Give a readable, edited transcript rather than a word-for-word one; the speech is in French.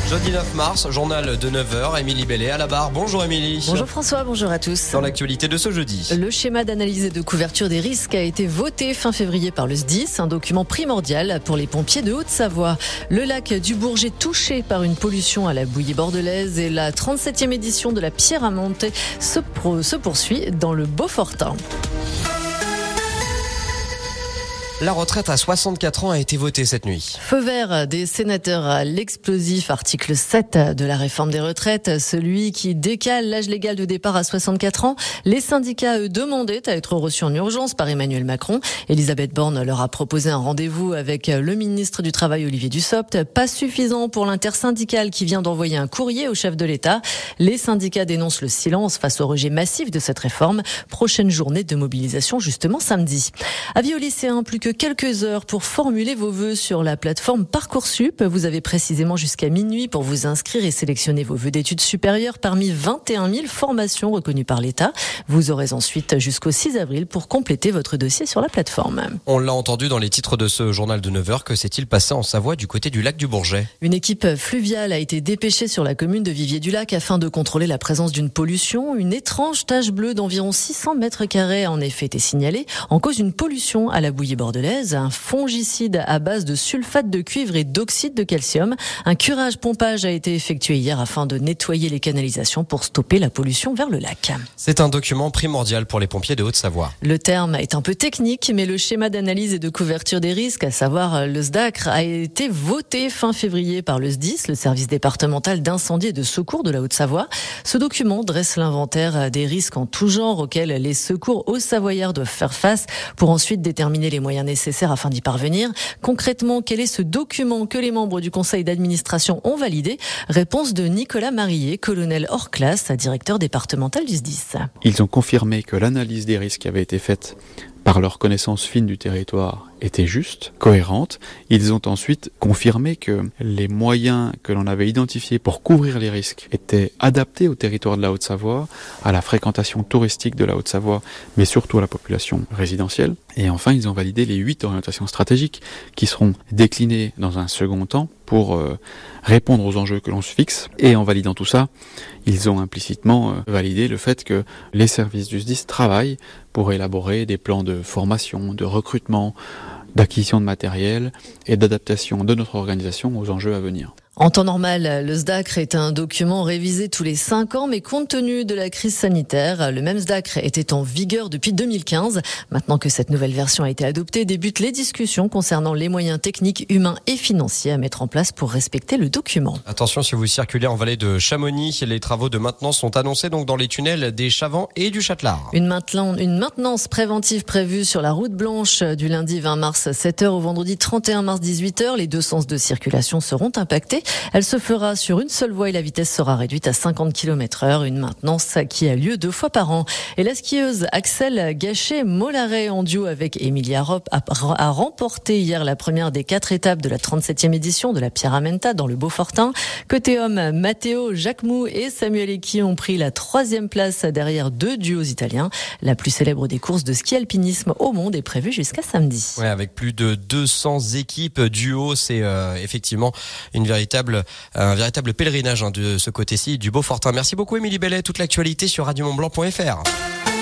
Jeudi 9 mars, journal de 9h, Émilie Bellet à la barre. Bonjour Émilie. Bonjour François, bonjour à tous. Dans l'actualité de ce jeudi. Le schéma d'analyse et de couverture des risques a été voté fin février par le SDIS, un document primordial pour les pompiers de Haute-Savoie. Le lac du Bourget touché par une pollution à la bouillie bordelaise et la 37e édition de la pierre à monter se poursuit dans le Beaufortain. La retraite à 64 ans a été votée cette nuit. Feu vert des sénateurs à l'explosif article 7 de la réforme des retraites, celui qui décale l'âge légal de départ à 64 ans. Les syndicats, eux, demandaient à être reçus en urgence par Emmanuel Macron. Elisabeth Borne leur a proposé un rendez-vous avec le ministre du Travail Olivier Dussopt. Pas suffisant pour l'intersyndicale qui vient d'envoyer un courrier au chef de l'État. Les syndicats dénoncent le silence face au rejet massif de cette réforme. Prochaine journée de mobilisation justement samedi. Avis aux lycéens, plus que quelques heures pour formuler vos vœux sur la plateforme Parcoursup. Vous avez précisément jusqu'à minuit pour vous inscrire et sélectionner vos vœux d'études supérieures parmi 21 000 formations reconnues par l'État. Vous aurez ensuite jusqu'au 6 avril pour compléter votre dossier sur la plateforme. On l'a entendu dans les titres de ce journal de 9h, que s'est-il passé en Savoie du côté du lac du Bourget? Une équipe fluviale a été dépêchée sur la commune de Viviers-du-Lac afin de contrôler la présence d'une pollution. Une étrange tache bleue d'environ 600 mètres carrés a en effet été signalée en cause d'une pollution à la bouillie bordelaise. Un fongicide à base de sulfate de cuivre et d'oxyde de calcium. Un curage-pompage a été effectué hier afin de nettoyer les canalisations pour stopper la pollution vers le lac. C'est un document primordial pour les pompiers de Haute-Savoie. Le terme est un peu technique, mais le schéma d'analyse et de couverture des risques, à savoir le SDACR, a été voté fin février par le SDIS, le service départemental d'incendie et de secours de la Haute-Savoie. Ce document dresse l'inventaire des risques en tout genre auxquels les secours haut-savoyards doivent faire face pour ensuite déterminer les moyens nécessaires afin d'y parvenir. Concrètement, quel est ce document que les membres du conseil d'administration ont validé? Réponse de Nicolas Marillet, colonel hors classe, directeur départemental du SDIS. Ils ont confirmé que l'analyse des risques qui avait été faite par leur connaissance fine du territoire était juste, cohérente. Ils ont ensuite confirmé que les moyens que l'on avait identifiés pour couvrir les risques étaient adaptés au territoire de la Haute-Savoie, à la fréquentation touristique de la Haute-Savoie, mais surtout à la population résidentielle. Et enfin, ils ont validé les 8 orientations stratégiques qui seront déclinées dans un second temps pour répondre aux enjeux que l'on se fixe. Et en validant tout ça, ils ont implicitement validé le fait que les services du SDIS travaillent pour élaborer des plans de formation, de recrutement, d'acquisition de matériel et d'adaptation de notre organisation aux enjeux à venir. En temps normal, le SDACR est un document révisé tous les 5 ans, mais compte tenu de la crise sanitaire, le même SDACR était en vigueur depuis 2015. Maintenant que cette nouvelle version a été adoptée, débutent les discussions concernant les moyens techniques, humains et financiers à mettre en place pour respecter le document. Attention, si vous circulez en vallée de Chamonix, les travaux de maintenance sont annoncés donc dans les tunnels des Chavans et du Châtelard. Une maintenance préventive prévue sur la route blanche du lundi 20 mars 7h au vendredi 31 mars 18h. Les deux sens de circulation seront impactés. Elle se fera sur une seule voie et la vitesse sera réduite à 50 km/h. Une maintenance qui a lieu 2 fois par an. Et la skieuse Axel Gachet-Mollaret en duo avec Emilia Ropp a remporté hier la première des 4 étapes de la 37e édition de la Pierre à Menta dans le Beaufortain. Côté homme, Matteo Jacquemou et Samuel Ecchi ont pris la 3e place derrière 2 duos italiens. La plus célèbre des courses de ski alpinisme au monde est prévue jusqu'à samedi. Ouais, avec plus de 200 équipes duo, c'est effectivement un véritable pèlerinage de ce côté-ci du Beaufortain. Merci beaucoup Émilie Bellet, toute l'actualité sur radiomontblanc.fr.